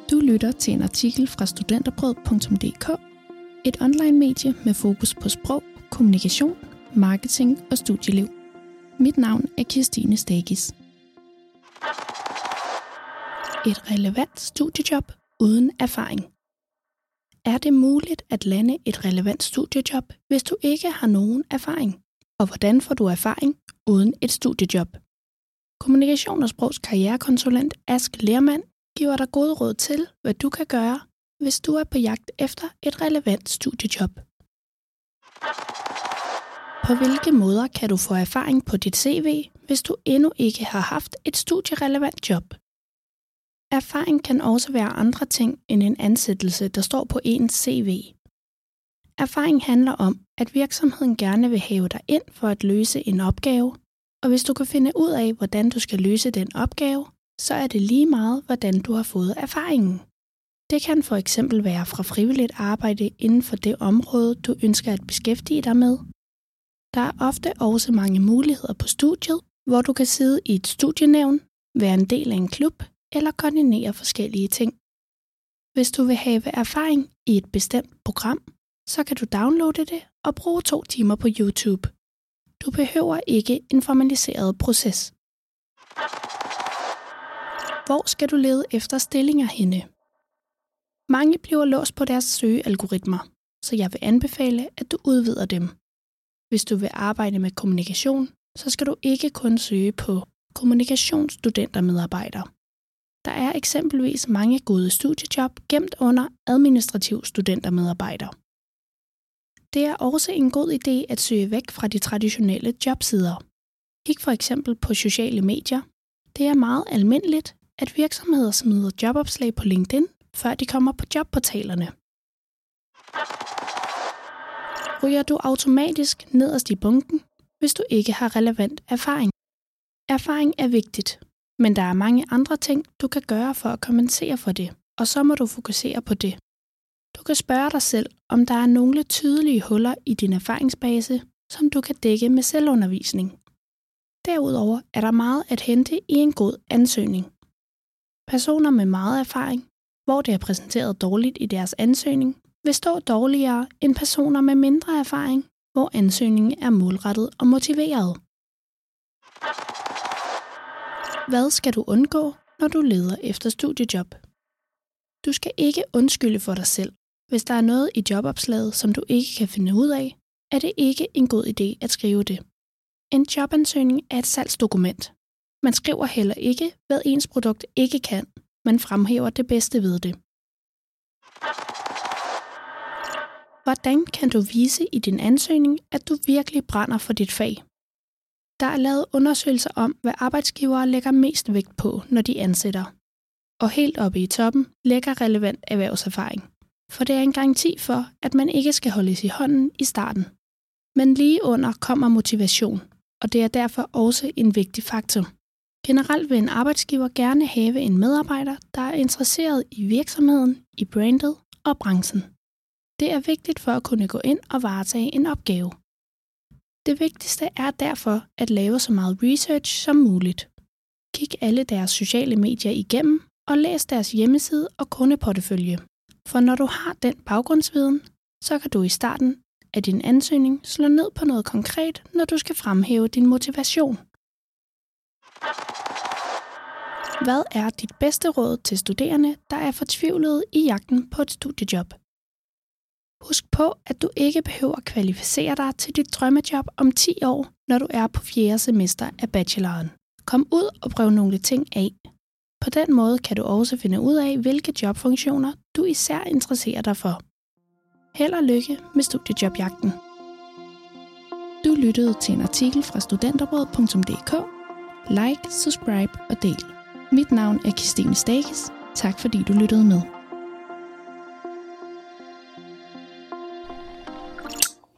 Du lytter til en artikel fra studenterbrød.dk, et online-medie med fokus på sprog, kommunikation, marketing og studieliv. Mit navn er Kirstine Stagis. Et relevant studiejob uden erfaring. Er det muligt at lande et relevant studiejob, hvis du ikke har nogen erfaring? Og hvordan får du erfaring uden et studiejob? Kommunikation og sprogs karrierekonsulent Ask Lermand giver dig gode råd til, hvad du kan gøre, hvis du er på jagt efter et relevant studiejob. På hvilke måder kan du få erfaring på dit CV, hvis du endnu ikke har haft et studierelevant job? Erfaring kan også være andre ting end en ansættelse, der står på ens CV. Erfaring handler om, at virksomheden gerne vil have dig ind for at løse en opgave, og hvis du kan finde ud af, hvordan du skal løse den opgave, så er det lige meget, hvordan du har fået erfaringen. Det kan for eksempel være fra frivilligt arbejde inden for det område, du ønsker at beskæftige dig med. Der er ofte også mange muligheder på studiet, hvor du kan sidde i et studienævn, være en del af en klub eller koordinere forskellige ting. Hvis du vil have erfaring i et bestemt program, så kan du downloade det og bruge 2 timer på YouTube. Du behøver ikke en formaliseret proces. Hvor skal du lede efter stillinger henne? Mange bliver låst på deres søgealgoritmer, så jeg vil anbefale, at du udvider dem. Hvis du vil arbejde med kommunikation, så skal du ikke kun søge på kommunikationsstudentermedarbejder. Der er eksempelvis mange gode studiejob gemt under administrativ studentermedarbejder. Det er også en god idé at søge væk fra de traditionelle jobsider. Kig for eksempel på sociale medier. Det er meget almindeligt, at virksomheder smider jobopslag på LinkedIn, før de kommer på jobportalerne. Ryger du automatisk nederst i bunken, hvis du ikke har relevant erfaring? Erfaring er vigtigt, men der er mange andre ting, du kan gøre for at kompensere for det, og så må du fokusere på det. Du kan spørge dig selv, om der er nogle tydelige huller i din erfaringsbase, som du kan dække med selvundervisning. Derudover er der meget at hente i en god ansøgning. Personer med meget erfaring, hvor det er præsenteret dårligt i deres ansøgning, vil stå dårligere end personer med mindre erfaring, hvor ansøgningen er målrettet og motiveret. Hvad skal du undgå, når du leder efter studiejob? Du skal ikke undskylde for dig selv. Hvis der er noget i jobopslaget, som du ikke kan finde ud af, er det ikke en god idé at skrive det. En jobansøgning er et salgsdokument. Man skriver heller ikke, hvad ens produkt ikke kan. Man fremhæver det bedste ved det. Hvordan kan du vise i din ansøgning, at du virkelig brænder for dit fag? Der er lavet undersøgelser om, hvad arbejdsgivere lægger mest vægt på, når de ansætter. Og helt oppe i toppen ligger relevant erhvervserfaring. For det er en garanti for, at man ikke skal holdes i hånden i starten. Men lige under kommer motivation, og det er derfor også en vigtig faktor. Generelt vil en arbejdsgiver gerne have en medarbejder, der er interesseret i virksomheden, i brandet og branchen. Det er vigtigt for at kunne gå ind og varetage en opgave. Det vigtigste er derfor at lave så meget research som muligt. Kig alle deres sociale medier igennem og læs deres hjemmeside og kundeportefølje. For når du har den baggrundsviden, så kan du i starten af din ansøgning slå ned på noget konkret, når du skal fremhæve din motivation. Hvad er dit bedste råd til studerende, der er fortvivlede i jagten på et studiejob? Husk på, at du ikke behøver at kvalificere dig til dit drømmejob om 10 år, når du er på 4. semester af bacheloren. Kom ud og prøv nogle ting af. På den måde kan du også finde ud af, hvilke jobfunktioner du især interesserer dig for. Held og lykke med studiejobjagten. Du lyttede til en artikel fra studenterbrød.dk. Like, subscribe og del. Mit navn er Kirstine Stagis. Tak fordi du lyttede med.